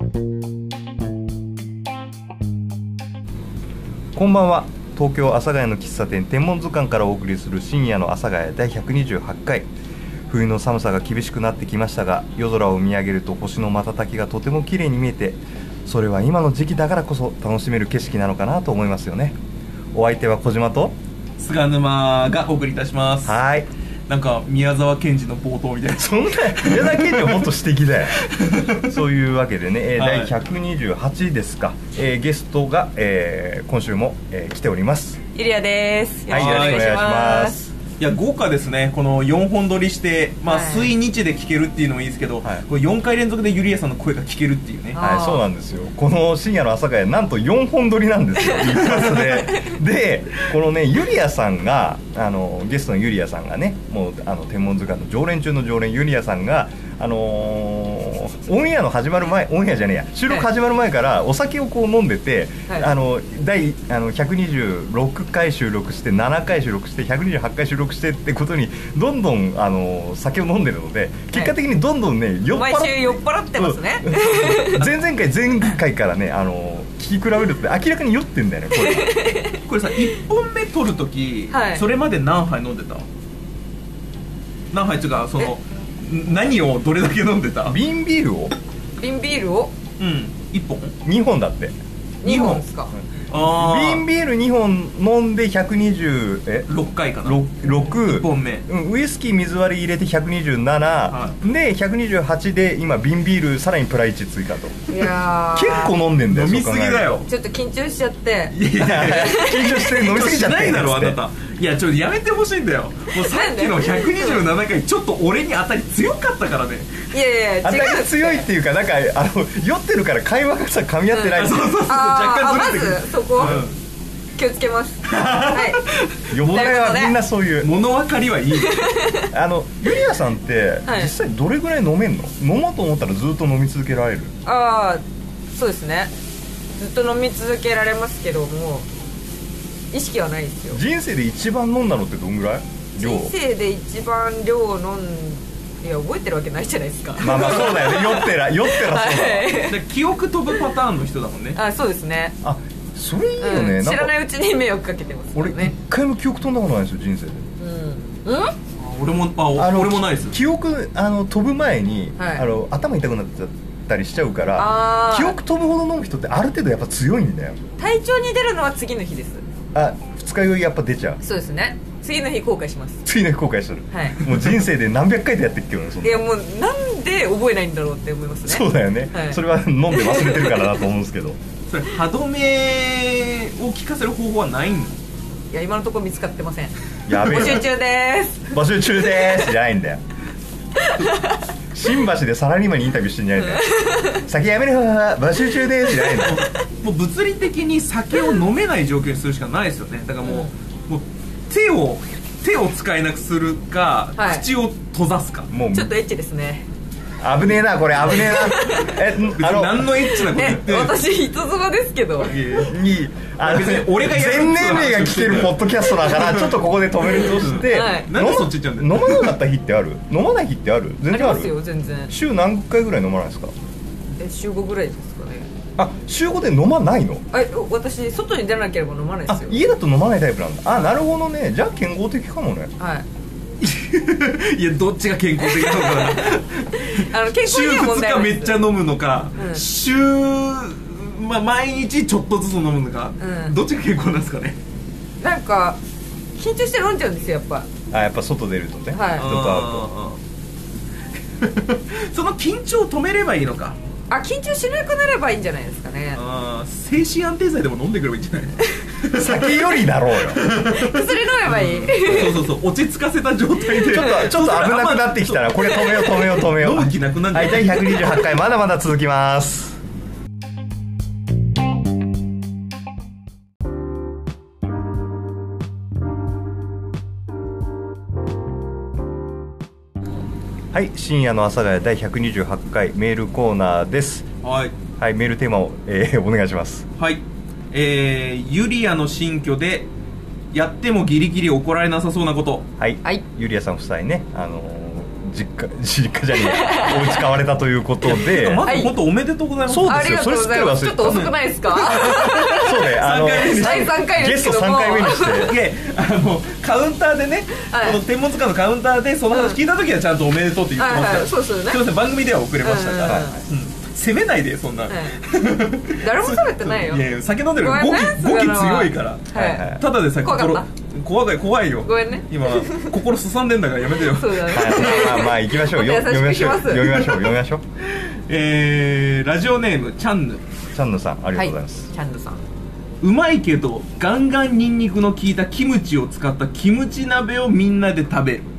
こんばんは。東京阿佐ヶ谷の喫茶店天文図鑑からお送りする深夜の阿佐ヶ谷第128回。冬の寒さが厳しくなってきましたが、夜空を見上げると星の瞬きがとても綺麗に見えて、それは今の時期だからこそ楽しめる景色なのかなと思いますよね。お相手は小島と菅沼がお送りいたします。 はい。 なんか宮沢賢治の冒頭みたいな。 そんな宮沢賢治は本当素敵だよそういうわけでね、 はい、 第128ですか、ゲストが、今週も、来ております。 ゆりやです。 はい、よろしくお願いします。 いや豪華ですね。この4本撮りして、まあ、 はい、 水日で聴けるっていうのもいいですけど、はい、これ4回連続でゆりやさんの声が聞けるっていうね。 はい、そうなんですよ。この深夜の阿佐ヶ谷なんと4本撮りなんですよ一発でこのねゆりやさんがゲストのゆりやさんがね、もう天文図鑑の常連中の常連ゆりやさんがオンエアの始まる前、オンエアじゃねえや、収録始まる前からお酒をこう飲んでて、はい、第126回収録して7回収録して128回収録してってことにどんどん酒を飲んでるので、結果的にどんどんね、 毎週酔っ払ってますね前回からね聞き比べると明らかに酔ってんだよねこれさ、1本目撮るとき、はい、それまで何杯飲んでた？何杯っていうか、その何をどれだけ飲んでた？ 瓶ビールをうん、1本 2本だって。 2本ですか？ 瓶ビール2本飲んで 6回かな、 1 本目、 ウイスキー水割り入れて127、はい、で128で今瓶ビールさらにプラ1追加と。 いや結構飲んでんだよ。 飲みすぎだよ。 ちょっと緊張しちゃって。 いや緊張して飲みすぎちゃってないだろあなた。いやちょっとやめてほしいんだよ。もうさっきの127回ちょっと俺に当たり強かったからね。 いやいや当たり強いっていうか、なんか酔ってるから会話がさ噛み合ってない。 そう若干ずれてくる。 まずそこ、気をつけますはいよもやはみんなそういう物分かりはいいゆりやさんって実際どれぐらい飲めんの？飲もうと思ったらずっと飲み続けられる？ ああ、そうですね、ずっと飲み続けられますけども意識はないですよ。 人生で一番飲んだのってどんぐらい？量？ 人生で一番量を飲んいや覚えてるわけないじゃないですか。 まあそうだよね。酔ってらそうだわ、 はい、記憶飛ぶパターンの人だもんね。 あ、そうですね。 あ、それいいよね、 知らないうちに迷惑かけてます、ね、 俺一回も記憶飛んだことないですよ人生で。 俺もないです。 記憶飛ぶ前に、はい、頭痛くなっちゃったりしちゃうから、記憶飛ぶほど飲む人ってある程度やっぱ強いんだよ。 体調に出るのは次の日です。 あ、二日酔いやっぱ出ちゃう。 そうですね。次の日後悔します。 次の日後悔する、 はい、 もう人生で何百回とやってっけどね。 いやもうなんで覚えないんだろうって思いますね。 そうだよね、はい、それは飲んで忘れてるからだと思うんですけどそれ歯止めを効かせる方法はないの？いや今のところ見つかってません。 やべえ、 募集中です募集中ですじゃないんだよ新橋でサラリーマンにインタビューしてんじゃないんだよ酒やめる募集中ですじゃないのもう物理的に酒を飲めない状況にするしかないですよね。だからもう手を使えなくするか、はい、口を閉ざすか。 もうちょっとエッチですね。 危ねえなこれ、危ねえな何のエッチなこと言ってる？ 私人妻ですけど。 別に俺が全年齢が聞けるポッドキャストだからちょっとここで止めるとして、はい、 なんでそっち行っちゃうんだよ。 飲まなかった日ってある？飲まない日ってある？全然ある？ ありますよ全然。 週何回ぐらい飲まないですか？ 週5ぐらいですかね。 あ、週5で飲まないの？ 私外に出なければ飲まないですよ。 家だと飲まないタイプなんだ。あ、なるほどね。じゃあ健康的かもね。 はいいやどっちが健康的なのかな健康には問題ないです。 週2日めっちゃ飲むのか、週、毎日ちょっとずつ飲むのか、どっちが健康なんですかね。 なんか緊張して飲んじゃうんですよやっぱ。 やっぱ外出るとね、 はい、 人と会うとその緊張を止めればいいのか。 緊張しなくなればいいんじゃないですかね。 精神安定剤でも飲んでくればいいんじゃない酒よりだろうよ薬飲めばいいそう落ち着かせた状態でちょっと危なくなってきたらこれ止めよう飲む気なくなる。 はい、第128回まだまだ続きます。はい、深夜の阿佐ヶ谷第128回メールコーナーです。 はい、 はい、メールテーマを、お願いします。 はい、ユリアの新居でやってもギリギリ怒られなさそうなこと。 はい、ユリアさん夫妻ね、 実家じゃねえお家買われたということでまず本当おめでとうございます。 そうありがとうございます。ちょっと遅くないですか？ そうね、 第3回ゲストですけども 3回目にしてでカウンターでね、この天文図鑑のカウンターでその話聞いた時はちゃんとおめでとうって言ってますから、 そうですよね。 すいません、番組では遅れましたから、責めないでそんな、 誰も食べてないよ。 いや酒飲んでるから語気強いから、ただでさ怖いよ。 ごめんね。 今心すさんでんだからやめてよ。 そうだね。 まあ行きましょう。読みましょう。 ラジオネームチャンヌさん、ありがとうございます。 チャンヌさん、 うまいけどガンガンニンニクの効いたキムチを使ったキムチ鍋をみんなで食べる。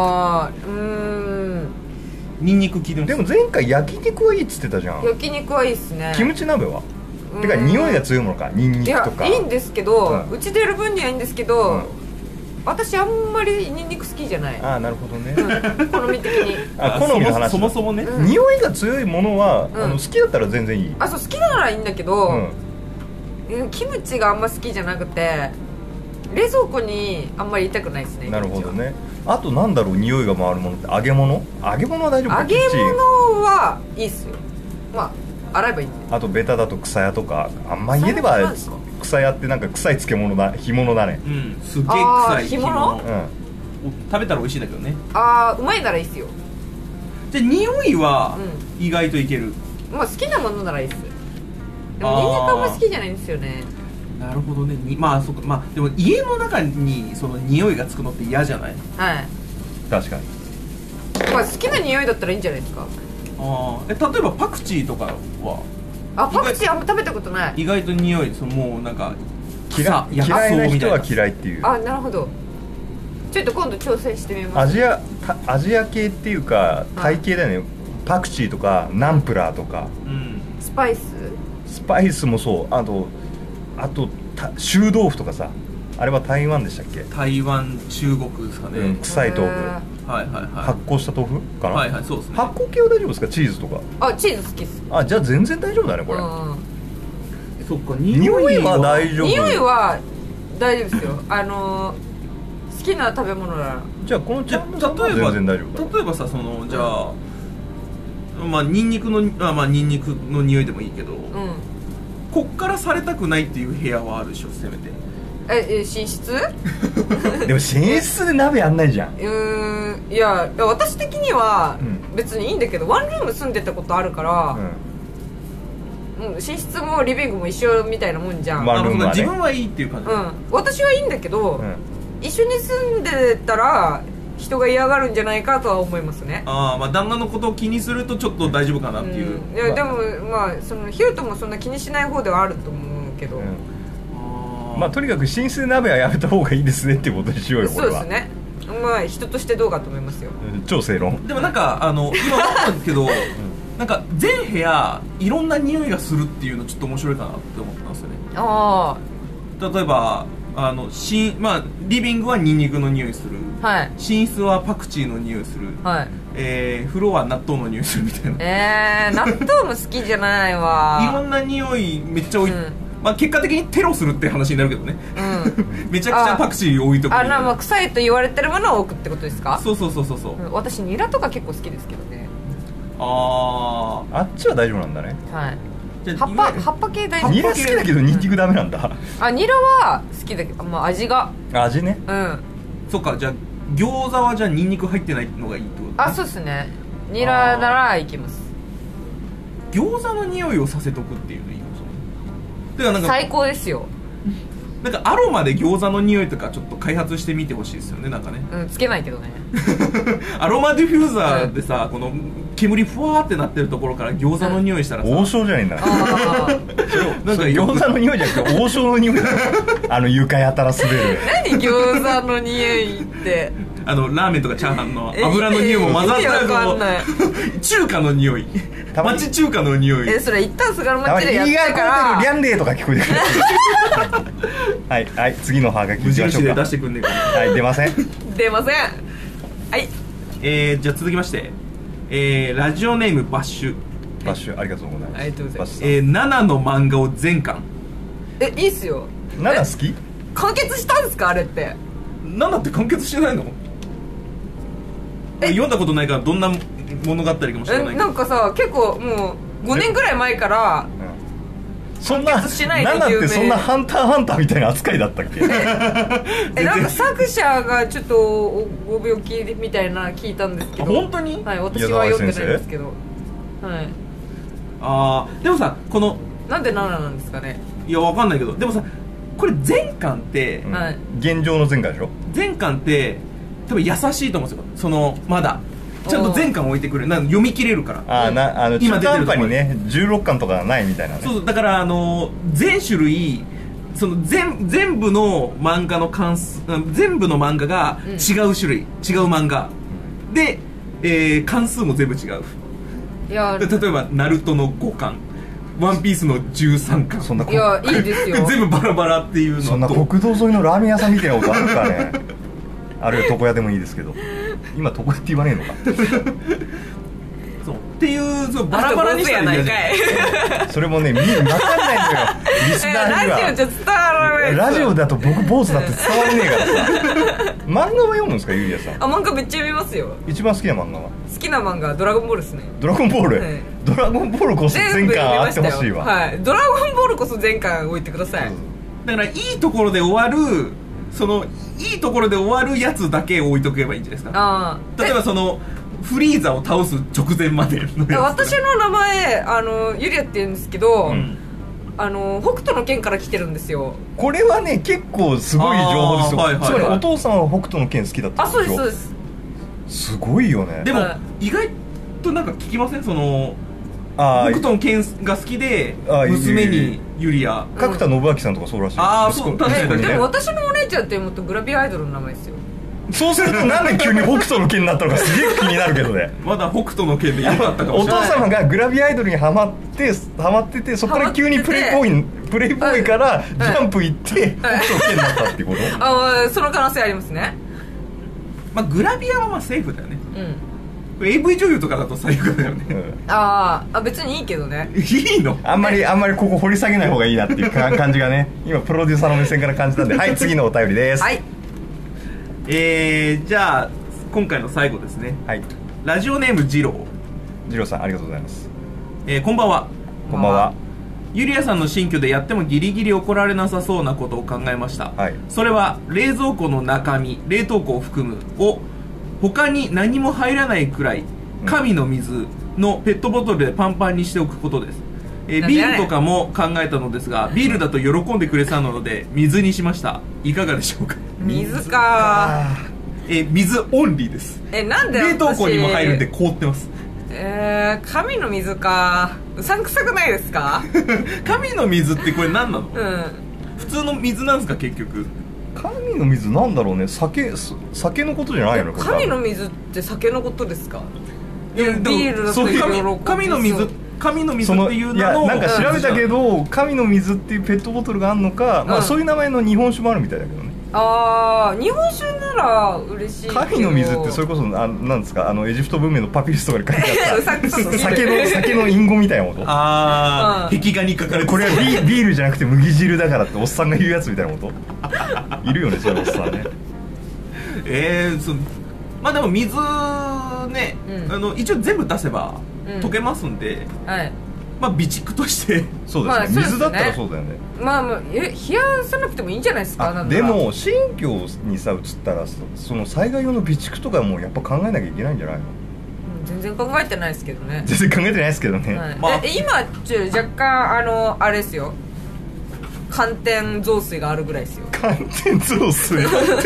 ニンニク効いてます。 でも前回焼肉はいいっつってたじゃん。 焼肉はいいっすね。 キムチ鍋はてか匂いが強いものか、ニンニクとか。 いやいいんですけど、うちでやる分にはいいんですけど、私あんまりニンニク好きじゃない。 ああ、なるほどね。 好み的に。 好みの話。 そもそもね、 匂いが強いものは好きだったら全然いい。 そう好きならいいんだけど、キムチがあんま好きじゃなくて冷蔵庫にあんまり入れたくないですね。 なるほどね。あとなんだろう、匂いが回るものって揚げ物は大丈夫か？ 揚げ物はいいっすよ。まあ洗えばいいんで。あとベタだと草屋とか、あんま言えれば草屋ってなんか臭い漬物だ、干物だね。 すっげえ臭い干物。 食べたら美味しいんだけどね。 うまいならいいっすよ。 じゃあ匂いは意外といける。 まあ好きなものならいいっす。でもニンニクあんま好きじゃないんですよね。 なるほどね。まあそうか。まあでも家の中にその匂いがつくのって嫌じゃない？ はい。 確かに。 まあ好きな匂いだったらいいんじゃないですか。 例えばパクチーとかは？ パクチーあんま食べたことない。 意外と匂い、もうなんか嫌いな人は嫌いっていう。 なるほど。ちょっと今度挑戦してみます。 アジア系っていうかタイ系だよね。パクチーとかナンプラーとか、 スパイスもそう。あと臭豆腐とかさ、あれは台湾でしたっけ？ 台湾、中国ですかね。 臭い豆腐。発酵した豆腐かな。 そうですね。 発酵系は大丈夫ですか？チーズとか。 チーズ好きです。 じゃあ全然大丈夫だねこれ。 そっか。 匂いは大丈夫。 匂いは大丈夫ですよ。好きな食べ物なら。 じゃあこのチャンネルは全然大丈夫。 例えばさ、じゃあニンニクの匂いでもいいけど、こっからされたくないっていう部屋はあるでしょ、せめて。 寝室？ でも寝室で鍋やんないじゃん。 いや私的には別にいいんだけど、ワンルーム住んでたことあるから、寝室もリビングも一緒みたいなもんじゃん。 自分はいいっていう感じ。 私はいいんだけど、一緒に住んでたら人が嫌がるんじゃないかとは思いますね。 旦那のことを気にするとちょっと大丈夫かなっていう。 いやでもヒロトもそんな気にしない方ではあると思うけど、 とにかく寝室で鍋はやめた方がいいですねっていうことにしようよ。これはそうですね。人としてどうかと思いますよ。 超正論。 でもなんか今思ったんですけどなんか全部屋いろんな匂いがするっていうのちょっと面白いかなって思ったんですよね。例えばリビングはニンニクの匂いする、寝室はパクチーの匂いする、風呂は納豆の匂いするみたいな。 納豆も好きじゃないわ。 いろんな匂いめっちゃ多い。結果的にテロするって話になるけどね。めちゃくちゃパクチー置いとく。 臭いと言われてるものを置くってことですか？ そう。 私ニラとか結構好きですけどね。 あっちは大丈夫なんだね。 葉っぱ系大丈夫。 ニラ好きだけどニンニクダメなんだ。 ニラは好きだけど、味ね。 そっか。じゃあ餃子はじゃあニンニク入ってないのがいいってこと？ そうですね。ニラならいけます。 餃子の匂いをさせとくっていうのいいかもしれない。 最高ですよ。 なんかアロマで餃子の匂いとかちょっと開発してみてほしいですよね。なんかね。 つけないけどね。 アロマディフューザーでさ、この煙ふわーってなってるところから餃子の匂いしたらさ、 王将じゃねえんだ。なんか餃子の匂いじゃなくて王将の匂いだ。床やたら滑る。 何餃子の匂いって。 ラーメンとかチャーハンの油の匂いも混ざった中華の匂い。町中華の匂い。 それ一旦菅原町でやったから。 リャンデーとか聞こえてくる。はい、次のハガキ無印で出してくんねえから。出ません。 はい。 じゃあ続きまして、ラジオネームバッシュ。 ありがとうございます。 ありがとうございます。 7の漫画を全巻。 いいっすよ。 7好き？ 完結したんですかあれって。 7って完結してないの？ 読んだことないからどんな物語かもしれないけど、 なんかさ結構もう5年ぐらい前からそんななんだってそんなハンターハンターみたいな扱いだったっけ？ なんか作者がちょっとご病気みたいな聞いたんですけど。 本当に？ はい、私は読んでないんですけど。はい。 でもさ、このなんで7なんですかね。 いやわかんないけど、でもさこれ前巻って、 はい、 現状の前巻でしょ。 前巻って多分優しいと思うんですよ。そのまだちゃんと前巻置いてくれる、なんか読み切れるから。 今中途半端にね16巻とかないみたいなね。 そうだから全種類その全部の漫画の全部の漫画が違う種類、違う漫画で、関数も全部違う。いや例えばナルトの5巻、ワンピースの13巻、 そんな、 いやいいですよ全部バラバラっていうのと、 そんな国道沿いのラーメン屋さんみたいなことあるかね。あるいは床屋でもいいですけど、今床屋って言わねえのか。 そうっていうそうバラバラにしたらいいじゃん。 それもね分かんないのよリスナーには。 ラジオじゃ伝わらない。 ラジオだと僕坊主だって伝わらねえからさ。漫画は読むんですか、ゆりやさん？ 漫画めっちゃ読みますよ。 一番好きな漫画は？ 好きな漫画ドラゴンボールですね。 ドラゴンボール、ドラゴンボールこそ全巻あってほしいわ。 はい、ドラゴンボールこそ全巻置いてください。 だからいいところで終わる、そのいいところで終わるやつだけ置いとけばいいんじゃないですか。例えばそのフリーザを倒す直前までのやつ。 私の名前ユリアって言うんですけど、北斗の拳から来てるんですよ。 これはね結構すごい情報ですよ。つまりお父さんは北斗の拳好きだったんですよ。 そうですそうです。すごいよね。 でも意外となんか聞きません？その北斗の拳が好きで娘にユリア、 角田信明さんとかそうらしい。 そう確かにね。 でも私のお姉ちゃんってもっとグラビアアイドルの名前ですよ。 そうするとなんで急に北斗の拳になったのかすげえ気になるけどね。 まだ北斗の拳でよかったかもしれない。 お父様がグラビアアイドルにハマってて、そこから急にプレイボーイからジャンプ行って北斗の拳になったっていうこと？ その可能性ありますね。 グラビアはセーフだよね。AV 女優とかだと最悪だよね。 別にいいけどね。 いいの？ あんまりここ掘り下げない方がいいなっていう感じがね、今プロデューサーの目線から感じたんで。はい、次のお便りです。 はい。 じゃあ今回の最後ですね。 はい。 ラジオネームジローさん、ありがとうございます。 こんばんは。 こんばんは。 ゆりやさんの新居でやってもギリギリ怒られなさそうなことを考えました。 はい。 それは冷蔵庫の中身、冷凍庫を含むを他に何も入らないくらい神の水のペットボトルでパンパンにしておくことです。ビールとかも考えたのですが、ビールだと喜んでくれそうなので水にしました。いかがでしょうか？ 水か水オンリーです。 なんで冷凍庫にも入るんで凍ってます。 神の水か。うさんくさくないですか？ 神の水ってこれ何なの？普通の水なんですか結局？ 神の水なんだろうね。酒のことじゃないのか。 神の水って酒のことですか？ビールだと神の水っていういやなんか調べたけど、神の水っていうペットボトルがあるのか、そういう名前の日本酒もあるみたいだけどね。 日本酒なら嬉しいけど、 神の水ってそれこそなんですか、エジプト文明のパピルスとかに書いてあった酒の隠語みたいなこと。 壁画に書かれて、 これはビールじゃなくて麦汁だからっておっさんが言うやつみたいなこといるよね、そういうおっさんね。 まあでも水ね、一応全部出せば溶けますんで、まあ備蓄としてそうですね、水だったらそうだよね。 冷やさなくてもいいんじゃないですか。 でも新居にさ移ったらその災害用の備蓄とかもやっぱ考えなきゃいけないんじゃないの？ 全然考えてないですけどね。 全然考えてないですけどね。 今若干あれですよ、寒天雑炊があるぐらいですよ。 寒天雑炊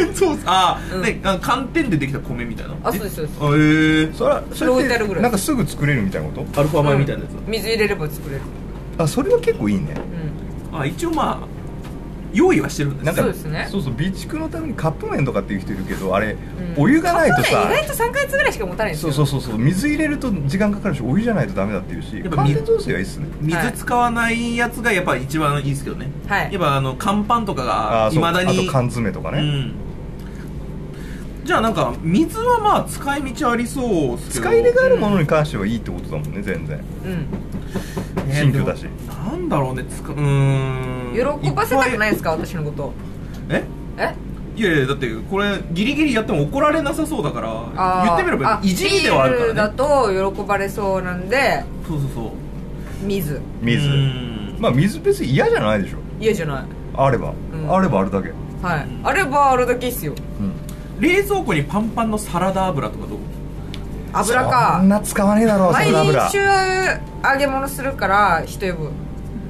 寒天でできた米みたいな。 そうですそうです。それ置いてあるぐらい。 なんかすぐ作れるみたいなこと？ アルファ米みたいなやつ。 水入れれば作れる。 それは結構いいね。 一応まあ用意はしてるんです。 そうですね。 そう備蓄のためにカップ麺とかっていう人いるけど、あれお湯がないとさ、 意外と3ヶ月ぐらいしか持たないんですよ。 そう水入れると時間かかるし、お湯じゃないとダメだっていうし、寒天雑炊はいいっすね。 水使わないやつがやっぱ一番いいですけどね。やっぱ乾パンとかがいまだに、 あと缶詰とかね。 じゃあなんか水はまあ使い道ありそうですけど、 使い入れがあるものに関してはいいってことだもんね、全然。新居だし。なんだろうね、 喜ばせたくないですか、私のこと。 いやいや、だってこれギリギリやっても怒られなさそうだから、言ってみればいじりではあるからね。 ビールだと喜ばれそうなんで、 そうそうそう、 水。 まあ水別に嫌じゃないでしょ。 嫌じゃない。 あれば、あればあるだけ。 はい、あればあるだけっすよ。 冷蔵庫にパンパンのサラダ油とかどう？ 油か。 そんな使わねえだろう、サラダ油。 毎週揚げ物するから人呼ぶ。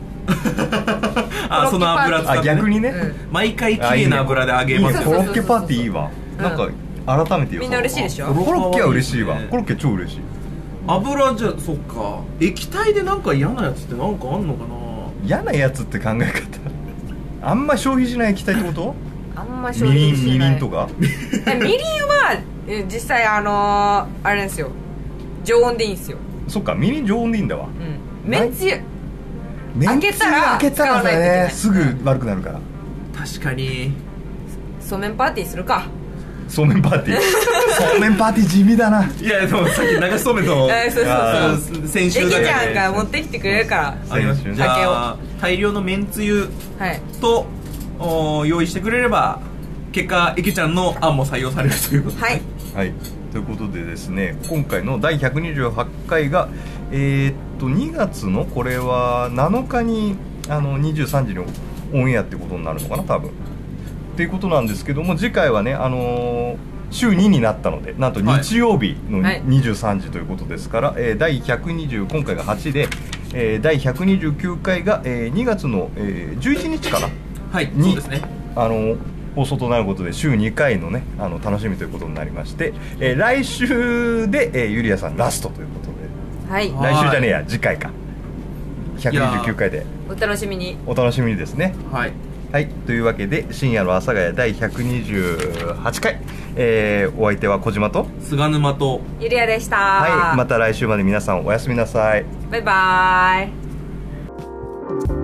あ、その油使って、ね、 逆にね、 毎回綺麗な油で揚げます。 コロッケパーティーいいわ。なんか改めて言う。 みんな嬉しいでしょ。 コロッケは嬉しいわ。コロッケ超嬉しい。 油じゃ、そっか。液体でなんか嫌なやつってなんかあんのかな。 嫌なやつって考え方。あんま消費しない液体ってこと？ あんま消費しない。 みりんとか？ みりんは実際あれですよ。常温でいいんですよ。 そっか、みりん常温でいいんだわ。 めんつゆ開けたら使わないとね、すぐ悪くなるから。 確かに。 そうめんパーティーするか。 そうめんパーティー。そうめんパーティー地味だな。 いや、でもさっき流しそうめんのそう先週だから、 駅ちゃんが持ってきてくれるから。 じゃあ大量のめんつゆと用意してくれれば、結果駅ちゃんの案も採用されるということで。 はいはい、ということでですね、今回の第128回が2月のこれは7日に23時のオンエアってことになるのかな、多分っていうことなんですけども、次回はね、週2になったので、なんと日曜日の23時ということですから、第120、今回が8で、第129回が、2月の、11日かな、 はい、そうですね、 放送となることで週2回のね楽しみということになりまして、来週で、ゆりやさんラストということで、 はい、 来週じゃねえや、次回か、129回でお楽しみにですね。はい、はい、というわけで深夜の阿佐ヶ谷第128回、お相手は小島と菅沼とゆりやでした。 はい、また来週まで皆さんおやすみなさい。 バイバーイ。